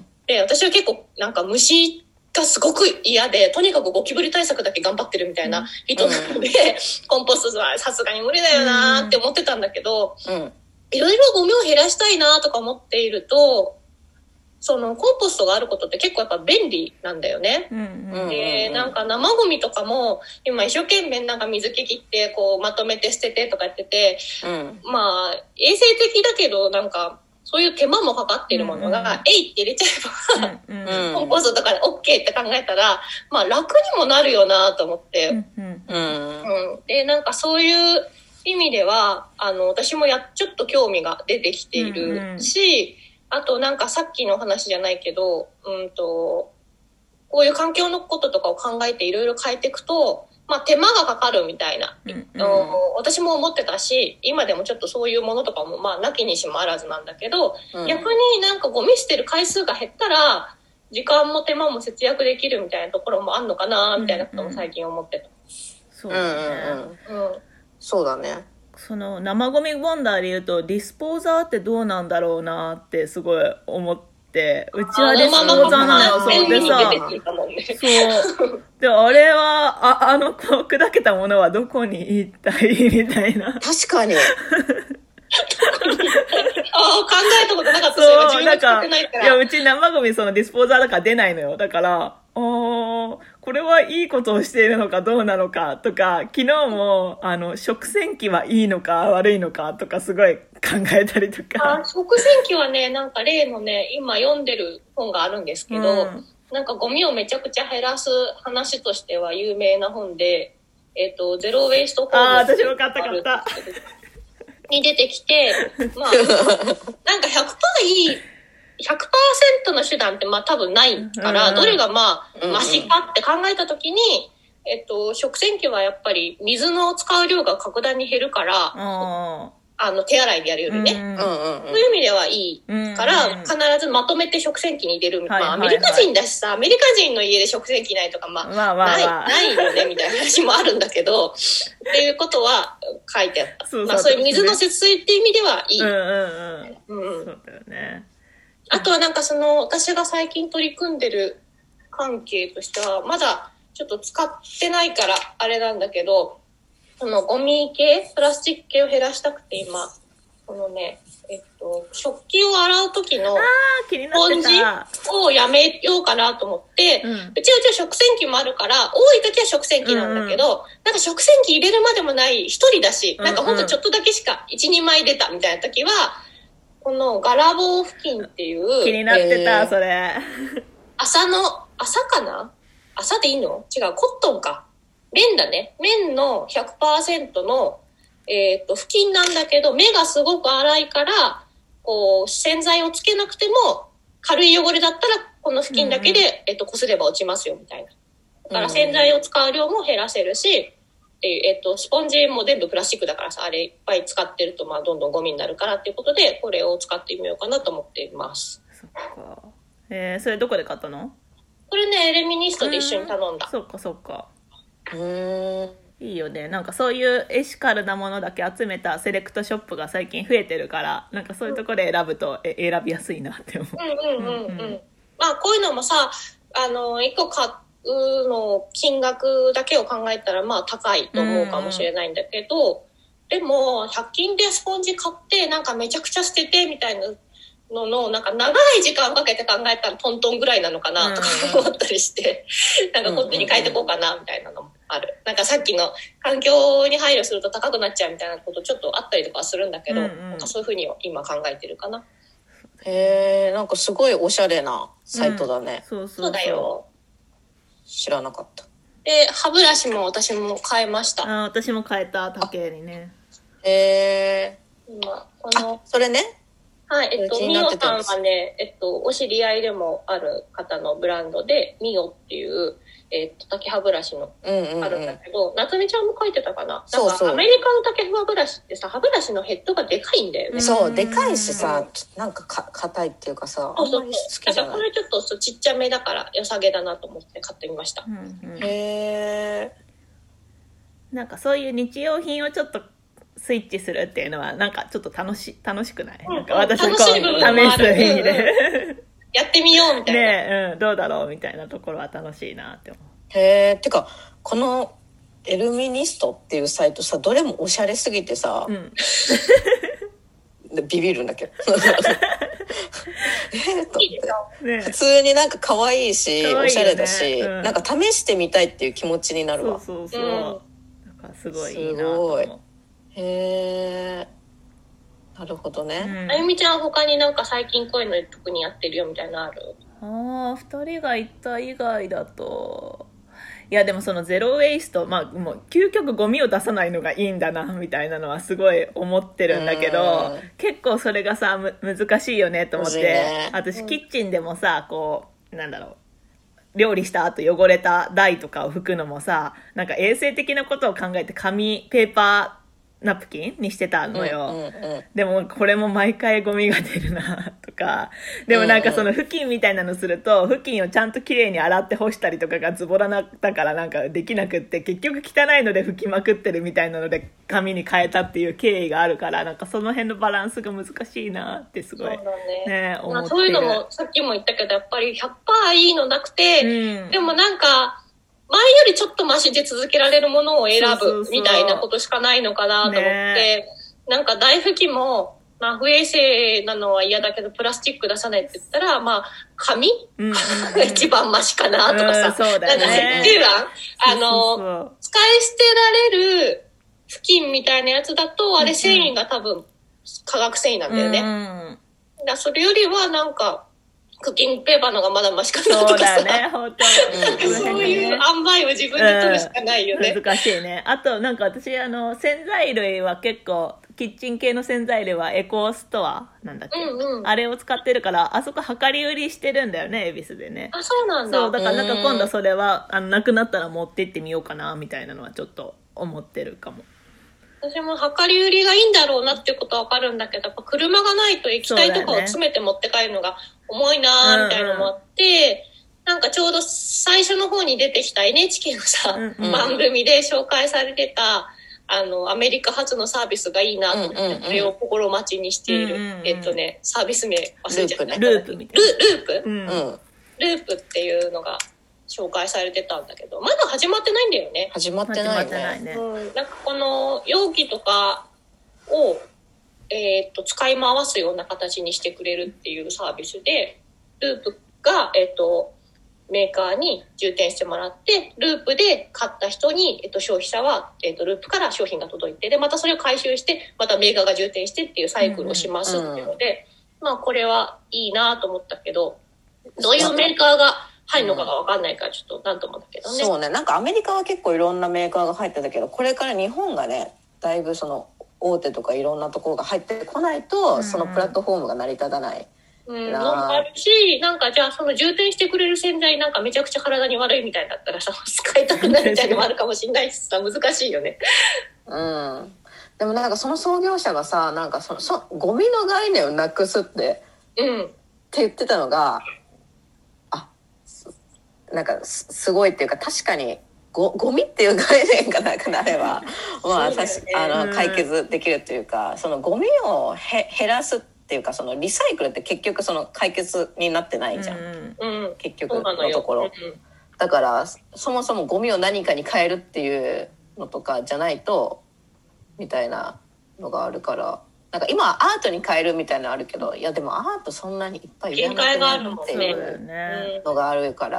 で、私は結構なんか虫がすごく嫌で、とにかくゴキブリ対策だけ頑張ってるみたいな人なので、うん、コンポストはさすがに無理だよなって思ってたんだけど、うんいろいろゴミを減らしたいなとか思っていると、そのコンポストがあることって結構やっぱ便利なんだよね。うんうん、で、なんか生ゴミとかも今一生懸命なんか水気切ってこうまとめて捨ててとかやってて、うん、まあ衛生的だけどなんかそういう手間もかかっているものが、うんうん、えいって入れちゃえば、うんうん、コンポストとかで OK って考えたら、まあ楽にもなるよなと思って、うんうんうん、でなんかそういう意味ではあの私もやちょっと興味が出てきているし、うんうん、あとなんかさっきの話じゃないけど、うんとこういう環境のこととかを考えていろいろ変えていくと、まあ、手間がかかるみたいな、うんうん、私も思ってたし今でもちょっとそういうものとかもまあなきにしもあらずなんだけど、うん、逆になんかゴミ捨てる回数が減ったら時間も手間も節約できるみたいなところもあんのかなみたいなことも最近思ってた。 そうですね、 うんうんうんそうだね。 その生ゴミ問題で言うとディスポーザーってどうなんだろうなってすごい思ってうちはディスポーザーなのよ。そうでさそうであれはああの砕けたものはどこに行ったいみたいな確かにあ考えたことなかった。 そうなんかいやうち生ゴミそのディスポーザーだから出ないのよ。だからおー、これはいいことをしているのかどうなのかとか、昨日も、あの、食洗機はいいのか悪いのかとかすごい考えたりとか。 あ、食洗機はね、なんか例のね、今読んでる本があるんですけど、うん、なんかゴミをめちゃくちゃ減らす話としては有名な本で、えっと、ゼロウェイストホーム。 ああ、私も買った買った。 に出てきて、まあ、なんか ひゃくパーセント いい、ひゃくパーセント の手段ってまあ多分ないから、うん、どれがまあ、マシかって考えたときに、えっと、食洗機はやっぱり水の使う量が格段に減るから、うんあの、手洗いでやるよりね。うん、そういう意味ではいいから、うん、必ずまとめて食洗機に入れる。はいはいはい、まあ、アメリカ人だしさ、アメリカ人の家で食洗機ないとか、まあ、まあまあまあ、ない、ないよね、みたいな話もあるんだけど、っていうことは書いてあった。そうそう、まあ、そういう水の節水っていう意味ではいい。うんうんうん。うん、そうだよね。あとはなんかその、私が最近取り組んでる関係としては、まだちょっと使ってないから、あれなんだけど、そのゴミ系、プラスチック系を減らしたくて今、このね、えっと、食器を洗う時のスポンジをやめようかなと思って、うん、うちはうちは食洗機もあるから、多い時は食洗機なんだけど、うんうん、なんか食洗機入れるまでもない一人だし、なんかほんとちょっとだけしかいち、にまい出たみたいな時は、このガラボー付近っていう。 気になってた、えー、それ。 麻の、麻かな？麻でいいの？違う、コットンか。綿だね。綿の ひゃくパーセント の、えっと、布巾なんだけど、目がすごく粗いから、こう、洗剤をつけなくても、軽い汚れだったら、この布巾だけで、うんうん、えっと、こすれば落ちますよ、みたいな。だから洗剤を使う量も減らせるし、えっと、スポンジも全部プラスチックだからさ、あれいっぱい使ってると、まあ、どんどんゴミになるからっていうことで、これを使ってみようかなと思っています。 そっか。えー、それどこで買ったの？ これね、エレミニストで一緒に頼んだ。 そっかそっか。うーん、いいよね。なんかそういうエシカルなものだけ集めたセレクトショップが最近増えてるから、なんかそういうところで選ぶとえ選びやすいなって思う。 うんうんうんうん。うんうん、まあこういうのもさ、あの一個買うの金額だけを考えたらまあ高いと思うかもしれないんだけど、うん、でもひゃく均でスポンジ買ってなんかめちゃくちゃ捨ててみたいなののなんか長い時間かけて考えたらトントンぐらいなのかなとか思ったりして、うん、なんかこっちに変えてこうかなみたいなのもある。なんかさっきの環境に配慮すると高くなっちゃうみたいなことちょっとあったりとかするんだけど、うんうん、なんかそういうふうに今考えてるかな。 へえ、なんかすごいおしゃれなサイトだね。 うん、そうそうそう。 そうだよ。 知らなかった。 で、歯ブラシも私も買いました。 あ、私も買えた、竹にね。 へえ。 今このそれね。 はい、えっと、ミオさんはね、えっと、お知り合いでもある方のブランドで、ミオっていう、えっと、竹歯ブラシの、あるんだけど、うんうんうん、夏美ちゃんも書いてたかな。そうそう。なんか、アメリカの竹歯ブラシってさ、歯ブラシのヘッドがでかいんだよね。 そう、でかいしさ、なんかか、硬いっていうかさ、 そうそうそう。だからこれちょっとちっちゃめだから、良さげだなと思って買ってみました。うんうん、 へー。なんかそういう日用品をちょっと、スイッチするっていうのはなんかちょっと楽し楽しくない？うん、なんか私こう試す意味でやってみようみたいなね、うん、どうだろうみたいなところは楽しいなって思う。 へー、てかこのエルミニストっていうサイトさ、どれもおしゃれすぎてさ、うん、ビビるんだけどえーとね、普通になんか可愛いし、ね、おしゃれだし、うん、なんか試してみたいっていう気持ちになるわ。 そうそうそう、うん、なんかすごいいいなと思う。 へー、なるほどね。 うん、あゆみちゃんは他になんか最近こういうの特にやってるよみたいなのある？ ああ、二人が言った以外だと、いやでもそのゼロウェイスト、まあもう究極ゴミを出さないのがいいんだなみたいなのはすごい思ってるんだけど、結構それがさむ難しいよねと思って、ね、私キッチンでもさ、こうなんだろう、料理した後汚れた台とかを拭くのもさ、なんか衛生的なことを考えて紙ペーパーナプキンにしてたのよ、うんうんうん、でもこれも毎回ゴミが出るなとか、でもなんかその布巾みたいなのすると、布巾をちゃんときれいに洗って干したりとかがズボラなだからなんかできなくって、結局汚いので拭きまくってるみたいなので紙に変えたっていう経緯があるから、なんかその辺のバランスが難しいなってすごい、ね、 そうだね、 ね、思ってる。まあ、 そういうのもさっきも言ったけどやっぱり ひゃくパーセント いいのなくて、うん、でもなんか前よりちょっとマシで続けられるものを選ぶみたいなことしかないのかなと思って、ね、なんか台拭きもまあ不衛生なのは嫌だけどプラスチック出さないって言ったら、まあ紙が一番マシかなとかさ、 うん、そうだね。 なんかっていうのはあのそうそうそう使い捨てられる布巾みたいなやつだとあれ繊維が多分化学繊維なんだよね。うん、だそれよりはなんかクッキングペーパーのがまだマシかなとかさ。そうだね、本当に。そういう塩梅を自分で取るしかないよね。 うん、難しいね。あと、なんか私、あの、洗剤類は結構、キッチン系の洗剤類はエコーストアなんだっけ、うんうん、あれを使ってるから、あそこ量り売りしてるんだよね、恵比寿でね。 あ、そうなんだ。 そう、だからなんか今度それは、あの、なくなったら持って行ってみようかな、みたいなのはちょっと思ってるかも。 私も量り売りがいいんだろうなっていうことはわかるんだけど、やっぱ車がないと液体とかを詰めて持って帰るのが重いなーみたいなのもあって、うんうん、なんかちょうど最初の方に出てきた エヌエイチケー のさ、うんうん、番組で紹介されてた、あの、アメリカ発のサービスがいいなと思って、うんうんうん、これを心待ちにしている。うんうんうん、えっとね、サービス名忘れちゃった。 ループみたいな。 ループ、うん、ループっていうのが紹介されてたんだけど、まだ始まってないんだよね。 始まってないね。 ねうん、なんかこの容器とかを、えー、っと使い回すような形にしてくれるっていうサービスで、ループが、えー、っとメーカーに充填してもらって、ループで買った人に、えー、っと消費者は、えー、っとループから商品が届いて、でまたそれを回収して、またメーカーが充填してっていうサイクルをしますっていうので、うんうん、まあこれはいいなと思ったけど、どういうメーカーが入るのかが分かんないからちょっとなんともだけどね。 そうね、なんかアメリカは結構いろんなメーカーが入ってたけど、これから日本がねだいぶその大手とかいろんなところが入ってこないと、うん、そのプラットフォームが成り立たない、 うん、なんかあるし、なんかじゃあその充填してくれる洗剤なんかめちゃくちゃ体に悪いみたいだったらさ使いたくないみたいなのもあるかもしれないしさ難しいよね。 うんでもなんかその創業者がさ、なんかそのそゴミの概念をなくすって、うん、って言ってたのがなんか す, すごいっていうか、確かに ゴ, ゴミっていう概念がなくなればまあ、ね、あの解決できるっていうか、うん、そのゴミをへ減らすっていうか、そのリサイクルって結局その解決になってないじゃん、うん、結局のところ、うん、だからそもそもゴミを何かに変えるっていうのとかじゃないとみたいなのがあるから、なんか今アートに変えるみたいなのあるけど、いやでもアートそんなにいっぱいいらなくないっていうのがあるから、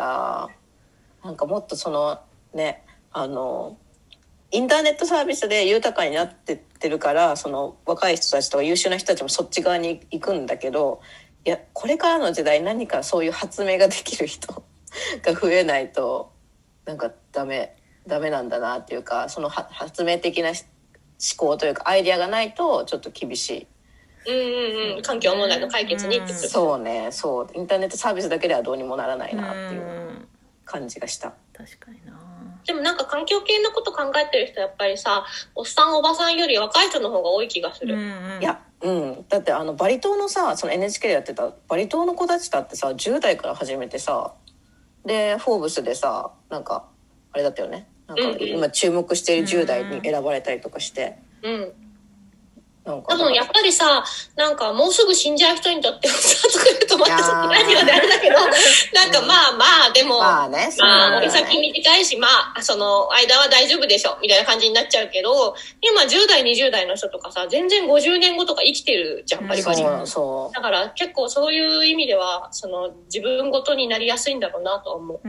なんかもっとそのね、あのインターネットサービスで豊かになってってるから、その若い人たちとか優秀な人たちもそっち側に行くんだけど、いやこれからの時代何かそういう発明ができる人が増えないとなんかダメダメなんだなっていうか、その発明的な思考というかアイデアがないとちょっと厳しい。 うんうんうん、環境問題の解決にってこと。 そうね、そうインターネットサービスだけではどうにもならないなっていう感じがした。 確かにな。 でもなんか環境系のこと考えてる人やっぱりさ、おっさんおばさんより若い人の方が多い気がする。うんうん、いや、うん、だってあのバリ島のさ、その エヌエイチケー でやってたバリ島の子たちだってさ、じゅう代から始めてさ、でフォーブスでさ、なんかあれだったよね。なんか今注目しているじゅう代に選ばれたりとかして、うんうん、 なんか多分やっぱりさ、なんかもうすぐ死んじゃう人にとってはさ、作るとまたラジオであれだけど、なんかまあまあでも、まあね、まあお先短いし、まあその間は大丈夫でしょみたいな感じになっちゃうけど、今じゅう代にじゅう代の人とかさ、全然ごじゅうねんごとか生きてるじゃん、バリバリ。そうそう。だから結構そういう意味ではその自分ごとになりやすいんだろうなと思う。うん。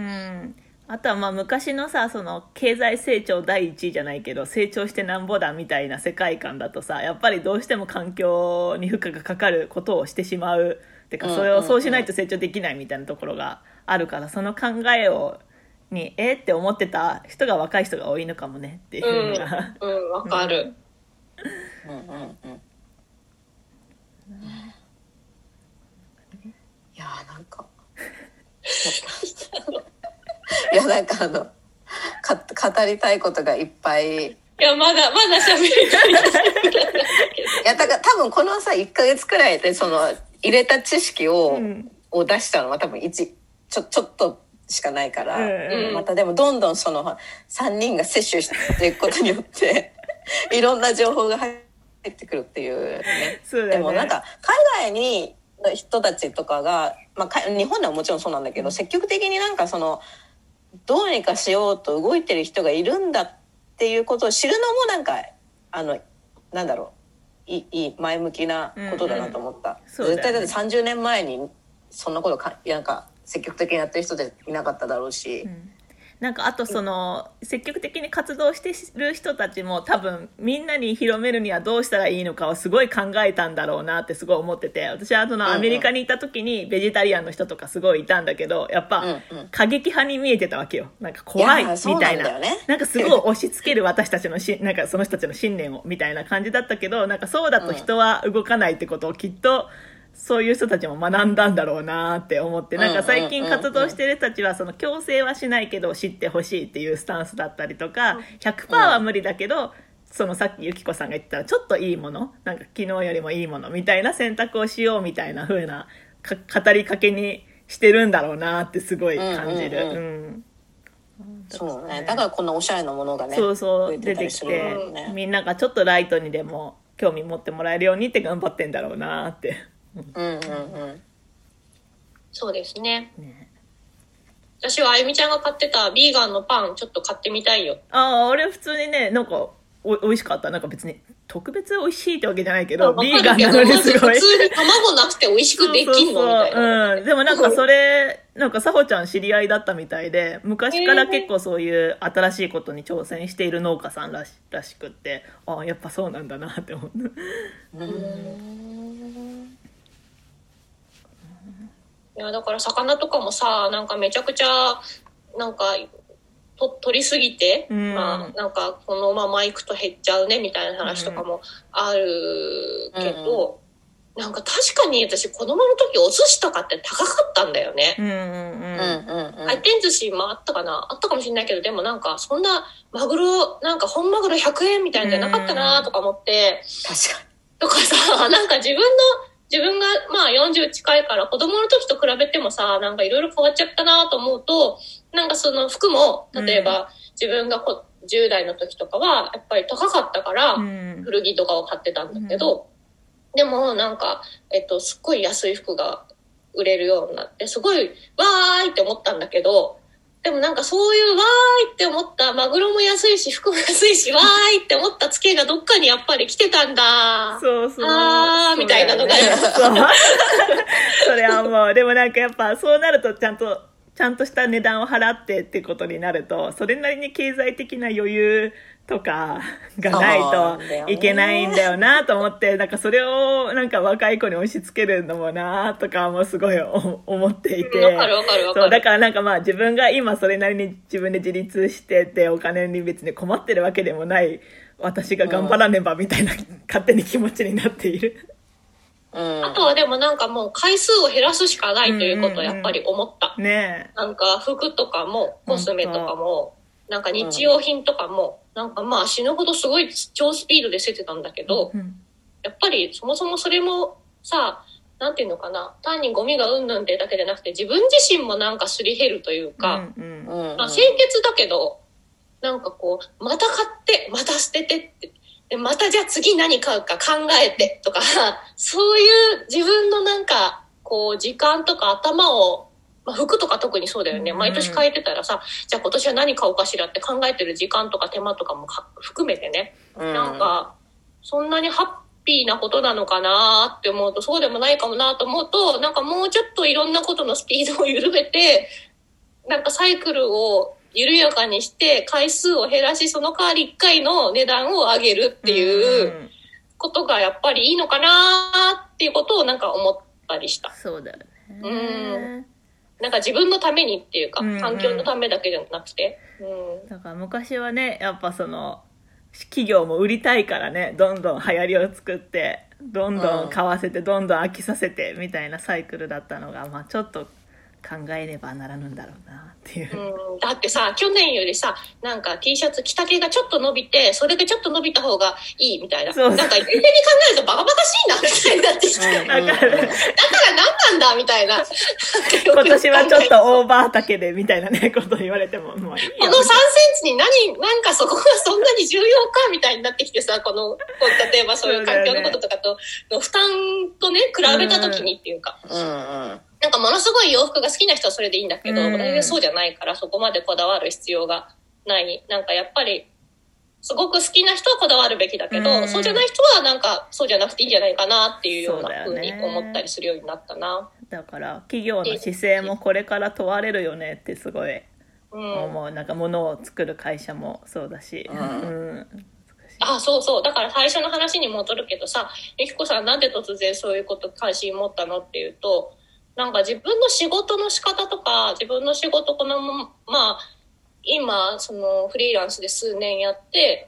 あとはまあ昔のさ、その経済成長第一位じゃないけど成長してなんぼだみたいな世界観だとさ、やっぱりどうしても環境に負荷がかかることをしてしまうってか、それをそうしないと成長できないみたいなところがあるから、その考えをにえって思ってた人が若い人が多いのかもねっていうのがうんうんわかるうんうんうんいやーなんかいやなんかあのか語りたいことがいっぱい。 いやまだまだ喋りたい。いやだから多分このさいっかげつくらいでその入れた知識を、うん、を出したのは多分いちちょちょっとしかないから、うん、またでもどんどんそのさんにんが摂取していくことによっていろんな情報が入ってくるっていう、ね、そうだね。でもなんか海外にの人たちとかが、まあ、日本ではもちろんそうなんだけど、うん、積極的になんかそのどうにかしようと動いてる人がいるんだっていうことを知るのもなんかあのなんだろいいいい前向きなことだなと思った、 うんうん、 絶対だってさんじゅうねんまえにそんなことかなんか積極的にやってる人でいなかっただろうし、うん、 なんかあとその積極的に活動してる人たちも多分みんなに広めるにはどうしたらいいのかをすごい考えたんだろうなってすごい思ってて、私はそのアメリカにいた時にベジタリアンの人とかすごいいたんだけど、やっぱ過激派に見えてたわけよ。なんか怖いみたい な, いな, ね、なんかすごい押し付ける私たちのしなんかその人たちの信念をみたいな感じだったけど、なんかそうだと人は動かないってことをきっとそういう人たちも学んだんだろうなって思って、なんか最近活動してる人たちはその強制はしないけど知ってほしいっていうスタンスだったりとか、 ひゃくパーセント は無理だけど、そのさっきゆきこさんが言ってたちょっといいもの、なんか昨日よりもいいものみたいな選択をしようみたいな風な語りかけにしてるんだろうなってすごい感じる、うんうんうん、 そうね、だからこんなおしゃれなものがね、 そうそう出てきて、みんながちょっとライトにでも興味持ってもらえるようにって頑張ってんだろうなって。 うんうんうん、 そうですね。ね、私はあゆみちゃんが買ってたビーガンのパンちょっと買ってみたいよ。 ああ、あれ普通にね、なんかお美味しかった。なんか別に特別美味しいってわけじゃないけど、ビーガンなのにすごい。 普通に卵なくて美味しくできんのみたいな。 うん。でもなんかそれ、なんかさほちゃん知り合いだったみたいで、昔から結構そういう新しいことに挑戦している農家さんらしらしくって、ああ、やっぱそうなんだなって思う。うーん。 いやだから魚とかもさ、なんかめちゃくちゃなんかと取りすぎて、うん、まあなんかこのまま行くと減っちゃうねみたいな話とかもあるけど、うん、なんか確かに私子供の時お寿司とかって高かったんだよね。うんうんうん、回転寿司もあったかな、あったかもしれないけど、でもなんかそんなマグロなんか本マグロひゃくえんみたいなんじゃなかったなとか思って、 うん、確かにとかさ、なんか自分の自分がまあよんじゅう近いから子供の時と比べてもさ、なんかいろいろ変わっちゃったなと思うと、なんかその服も例えば自分がじゅう代の時とかはやっぱり高かったから古着とかを買ってたんだけど、でもなんかえっとすっごい安い服が売れるようになってすごいわーいって思ったんだけど、でもなんかそういうわーいって思ったマグロも安いし服も安いしわーいって思ったツケがどっかにやっぱり来てたんだ。 そうそう。 あーみたいなのが、ね、 そうそれはもうでもなんかやっぱそうなるとちゃんとちゃんとした値段を払ってってことになると、それなりに経済的な余裕とかがないといけないんだよなと思って、なんかそれをなんか若い子に押し付けるのもなとかもすごい思っていて、 わかるわかるわかる。 そうだからなんかまあ自分が今それなりに自分で自立しててお金に別に困ってるわけでもない私が頑張らねばみたいな勝手に気持ちになっている。 うん、あとはでもなんかもう回数を減らすしかないということをやっぱり思った、 うんうんうん、ねえ、なんか服とかもコスメとかもなんか日用品とかも、うん、なんかまあ死ぬほどすごい超スピードで捨ててたんだけど、うん、やっぱりそもそもそれもさ、なんていうのかな、単にゴミがうんぬんってだけじゃなくて自分自身もなんかすり減るというか、うんうん、まあ、清潔だけどなんかこうまた買ってまた捨ててってでまたじゃあ次何買うか考えてとかそういう自分のなんかこう時間とか頭を、まあ、服とか特にそうだよね、毎年変えてたらさ、じゃあ今年は何買おうかしらって考えてる時間とか手間とかもか含めてね、なんかそんなにハッピーなことなのかなって思うとそうでもないかもなと思うと、なんかもうちょっといろんなことのスピードを緩めてなんかサイクルを緩やかにして回数を減らし、その代わりいっかいの値段を上げるっていうことがやっぱりいいのかなっていうことをなんか思ったりした。 そうだよね。 うん。なんか自分のためにっていうか、環境のためだけじゃなくて。 うん。だから昔はね、やっぱその企業も売りたいからね、どんどん流行りを作って、どんどん買わせて、どんどん飽きさせてみたいなサイクルだったのが、まあちょっと考えねばならぬんだろうなっていう、 うん、だってさ去年よりさなんか T シャツ着丈がちょっと伸びてそれでちょっと伸びた方がいいみたいな、そうなんか冷静に考えるとバカバカしいなみたいになってきて、うん、だからだから何なんだみたいな今年はちょっとオーバー丈でみたいなねこと言われてももういいよ、 このさんセンチに何なんかそこがそんなに重要かみたいになってきてさ、この例えばそういう環境のこととかとの負担とね比べた時にっていうか、うんうんうんなんかものすごい洋服が好きな人はそれでいいんだけど、うん、私はそうじゃないからそこまでこだわる必要がない。なんかやっぱりすごく好きな人はこだわるべきだけど、うん、そうじゃない人はなんかそうじゃなくていいんじゃないかなっていうような風に思ったりするようになったな。 だから企業の姿勢もこれから問われるよねってすごい思う、うん、なんか物を作る会社もそうだし、うんうん、 あ、そうそう。だから最初の話に戻るけどさ、ゆきこさんなんで突然そういうこと関心持ったのっていうと、なんか自分の仕事の仕方とか、自分の仕事このまあ今そのフリーランスで数年やって、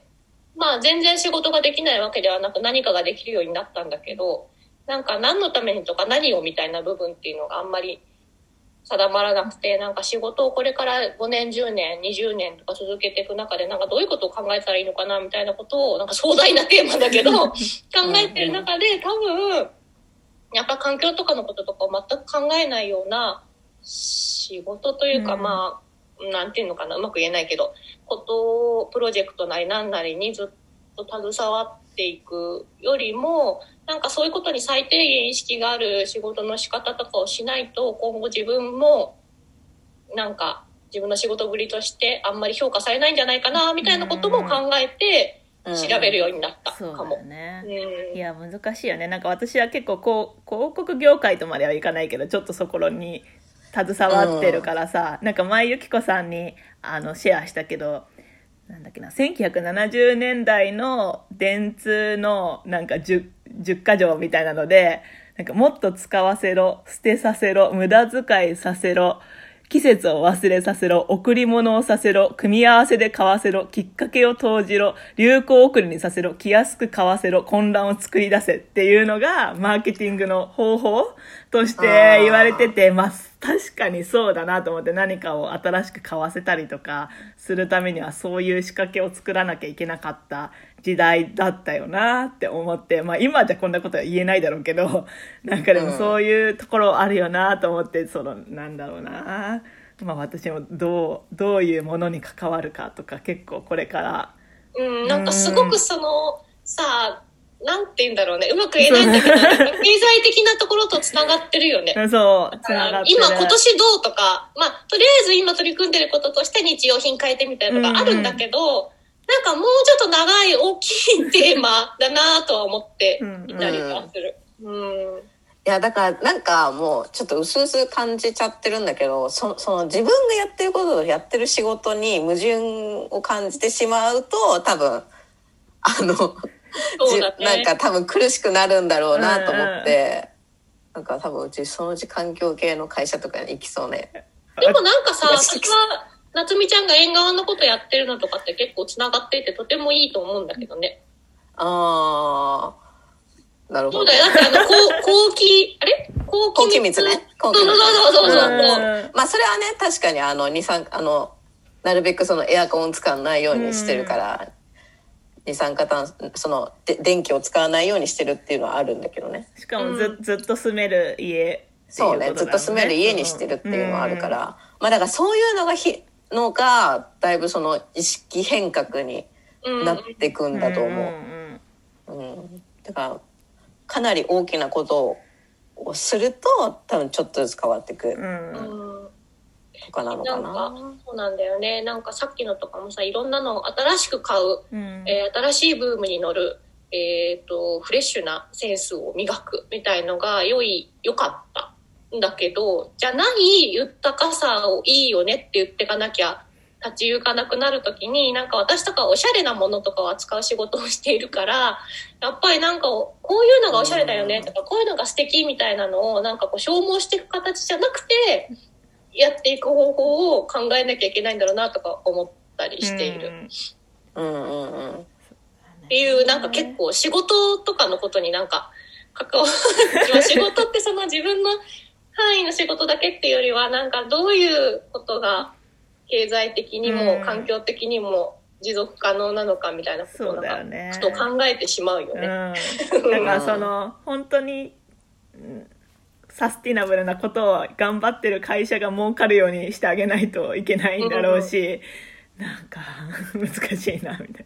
まあ全然仕事ができないわけではなく何かができるようになったんだけど、なんか何のためにとか何をみたいな部分っていうのがあんまり定まらなくて、なんか仕事をこれからごねんじゅうねんにじゅうねんとか続けていく中で、なんかどういうことを考えたらいいのかなみたいなことを、なんか壮大なテーマだけど考えてる中で、多分やっぱ環境とかのこととかを全く考えないような仕事というか、うん、まあなんていうのかな、うまく言えないけど、ことをプロジェクトなりなんなりにずっと携わっていくよりも、なんかそういうことに最低限意識がある仕事の仕方とかをしないと、今後自分もなんか自分の仕事ぶりとしてあんまり評価されないんじゃないかなみたいなことも考えて調べるようになったかも。うん、そうだね、 うん、いや難しいよね。なんか私は結構こう広告業界とまではいかないけど、ちょっとそこに携わってるからさ、うん、なんか前ゆきこさんにあのシェアしたけど、なんだっけな、せんきゅうひゃくななじゅうねんだいの電通のなんか 10, 10か条みたいなので、なんかもっと使わせろ、捨てさせろ、無駄遣いさせろ、季節を忘れさせろ、贈り物をさせろ、組み合わせで買わせろ、きっかけを投じろ、流行送りにさせろ、気安く買わせろ、混乱を作り出せっていうのがマーケティングの方法として言われてて、まあ確かにそうだなと思って、何かを新しく買わせたりとかするためにはそういう仕掛けを作らなきゃいけなかった時代だったよなって思って、まあ今じゃこんなことは言えないだろうけど、なんかでもそういうところあるよなと思って、そのなんだろうな、まあ私もどうどういうものに関わるかとか結構これから、 うん、なんかすごくそのさあ、なんて言うんだろうね、うまく言えないんだけど、経済的なところとつながってるよね。 そう、つながってる。 今、今年どうとか、まあ、とりあえず今取り組んでることとして日用品変えてみたいなとかあるんだけど、うんうん、なんかもうちょっと長い大きいテーマだなとは思っていたりはする。うん、うん、いや、だからなんかもうちょっと薄々感じちゃってるんだけど、そ, その自分がやってることとやってる仕事に矛盾を感じてしまうと、多分、あの、 そうだね、 なんか多分苦しくなるんだろうなと思って、うんうん、なんか多分うちそのうち環境系の会社とかに行きそうね。 でもなんかさ、私は夏美ちゃんが縁側のことやってるのとかって結構つながっていてとてもいいと思うんだけどね。 あー、なるほど。 そうだよ。だってあの後期あれ後期密ね。 後期密。そうそうそうそうそう。 まあそれはね、確かにあの二酸あのなるべくそのエアコンを使わないようにしてるから。うん、二酸化炭素、そので電気を使わないようにしてるっていうのはあるんだけどね。 しかも ず,、うん、ずっと住める家っていうことだ、ね、そうね、ずっと住める家にしてるっていうのはあるから、うん、まあだからそういうのがひのがだいぶその意識変革になっていくんだと思う。うんうんうん、だからかなり大きなことをすると多分ちょっとずつ変わっていく。うんとかなのかな。 なんかそうなんだよね。なんかさっきのとかもさ、いろんなのを新しく買う、うん、えー、新しいブームに乗る、えーと、フレッシュなセンスを磨くみたいのが良い良かったんだけど、じゃない豊かさをいいよねって言ってかなきゃ立ち行かなくなるときに、なんか私とかおしゃれなものとかを扱う仕事をしているから、やっぱりなんかこういうのがおしゃれだよねとか、こういうのが素敵みたいなのをなんかこう消耗していく形じゃなくてやっていく方法を考えなきゃいけないんだろうなとか思ったりしている。 うんうんうん。 っていうなんか結構仕事とかのことになんか関わる。仕事ってその自分の範囲の仕事だけっていうよりはなんかどういうことが経済的にも環境的にも持続可能なのかみたいなことをなんか、ね、ふと考えてしまうよね。 うん、だからその本当に、うんサスティナブルなことを頑張ってる会社が儲かるようにしてあげないといけないんだろうし、うん、なんか難しいなみたいな。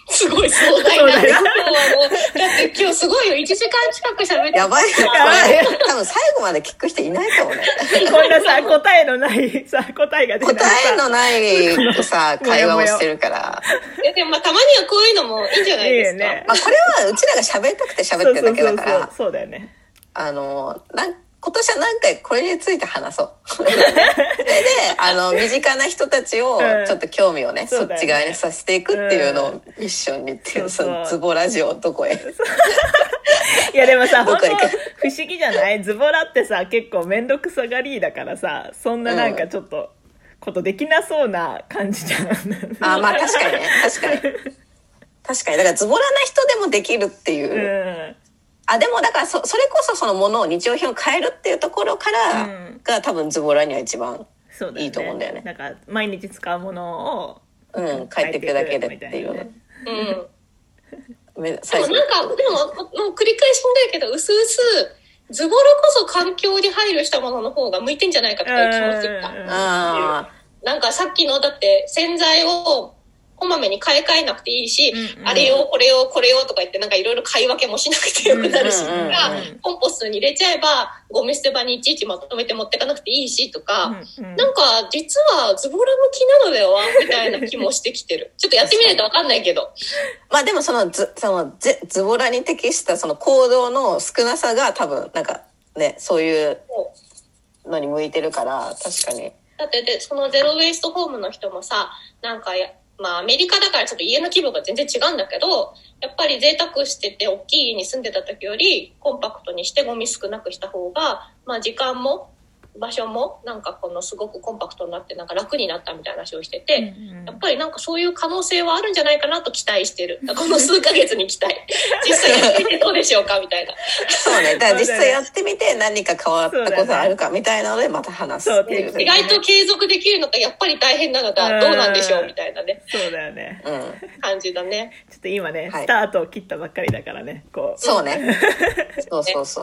すごい壮大な。今日はもう、だって今日すごいよ。いちじかん近く喋って。 やばい。これ、多分最後まで聞く人いないかもね。 こんなさ、答えのないさ、答えが出ない。 答えのないさ、会話をしてるから。 いやでもまあたまにはこういうのもいいんじゃないですか。いいね。 まあこれはうちらが喋りたくて喋ってるだけだから。そうそうそうそう、 そうだよね。 あの、なん今年は何回これについて話そう。それで、あの、身近な人たちを、ちょっと興味をね、うん、そっち側にさせていくっていうのをミッションにっていう、うん、そのズボラジオどこへ。 いやでもさ、本当不思議じゃない？ズボラってさ、結構めんどくさがりだからさ、そんななんかちょっと、ことできなそうな感じじゃん。 あ、まあ確かにね、確かに。確かに。だからズボラな人でもできるっていう。うんあ、でもだからそ、それこそそのものを日用品を変えるっていうところからが多分ズボラには一番いいと思うんだよね。 なんか毎日使うものをうん、変えていくだけでっていう。ね、 うん。でもなんか、でも、もう繰り返しんだけど、うすうす、ズボラこそ環境に配慮したものの方が向いてんじゃないかっていう気もしてきた。あなんかさっきの、だって洗剤を、こまめに買い替えなくていいし、うんうん、あれをこれをこれをとか言ってなんかいろいろ買い分けもしなくてよくなるし、うんうんうん、コンポストに入れちゃえばゴミ捨て場にいちいちまとめて持ってかなくていいしとか、うんうん、なんか実はズボラ向きなのではみたいな気もしてきてる。ちょっとやってみないとわかんないけど。 まあでもそのズ、そのズ、ズボラに適したその行動の少なさが多分なんかね、そういうのに向いてるから確かに。 だってで、そのゼロウェイストホームの人もさ、なんかや、まあアメリカだからちょっと家の規模が全然違うんだけど、やっぱり贅沢してて大きい家に住んでた時よりコンパクトにしてゴミ少なくした方が、まあ時間も場所もなんかこのすごくコンパクトになってなんか楽になったみたいな話をしてて、うんうん、やっぱりなんかそういう可能性はあるんじゃないかなと期待してる。この数ヶ月に期待。実際やってみてどうでしょうかみたいな。 そうね。だから実際やってみて何か変わったことあるかみたいなのでまた話すっていう、 ね。意外と継続できるのかやっぱり大変なのかどうなんでしょうみたいなね。 そうだよね。 うん。感じだね。 ちょっと今ね、はい、スタートを切ったばっかりだからね。こう。 そうね。そうそうそう。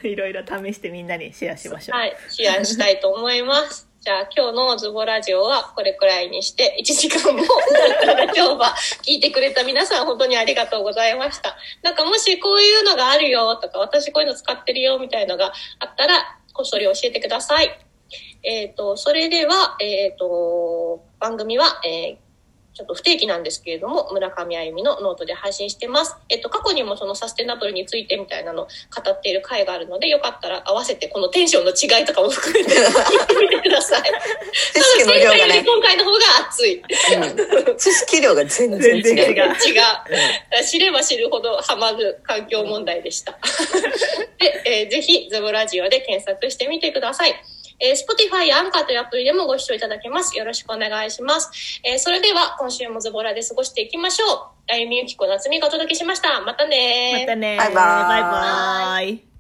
いろいろ試してみんなにシェアしましょう。 はい。シェアしたいと思います。じゃあ今日のズボラジオはこれくらいにしていちじかんも今日は聞いてくれた皆さん本当にありがとうございました。なんかもしこういうのがあるよとか私こういうの使ってるよみたいのがあったらこっそり教えてください。えっと、それでは、えっと、番組は、えーちょっと不定期なんですけれども、村上あゆみのノートで配信してます。えっと、過去にもそのサステナブルについてみたいなのを語っている回があるので、よかったら合わせてこのテンションの違いとかも含めて聞いてみてください。 知識の量がね。 今回の方が熱い。 うん、知識量が全然違う。 全然違う。うん、知れば知るほどハマる環境問題でした。で、えー、ぜひ、ズボラジオで検索してみてください。えー、Spotify やアンカーというアプリでもご視聴いただけます。よろしくお願いします。えー、それでは今週もズボラで過ごしていきましょう。あゆみゆきこなつみがお届けしました。またねまたねバイバーイ。 バイバーイ。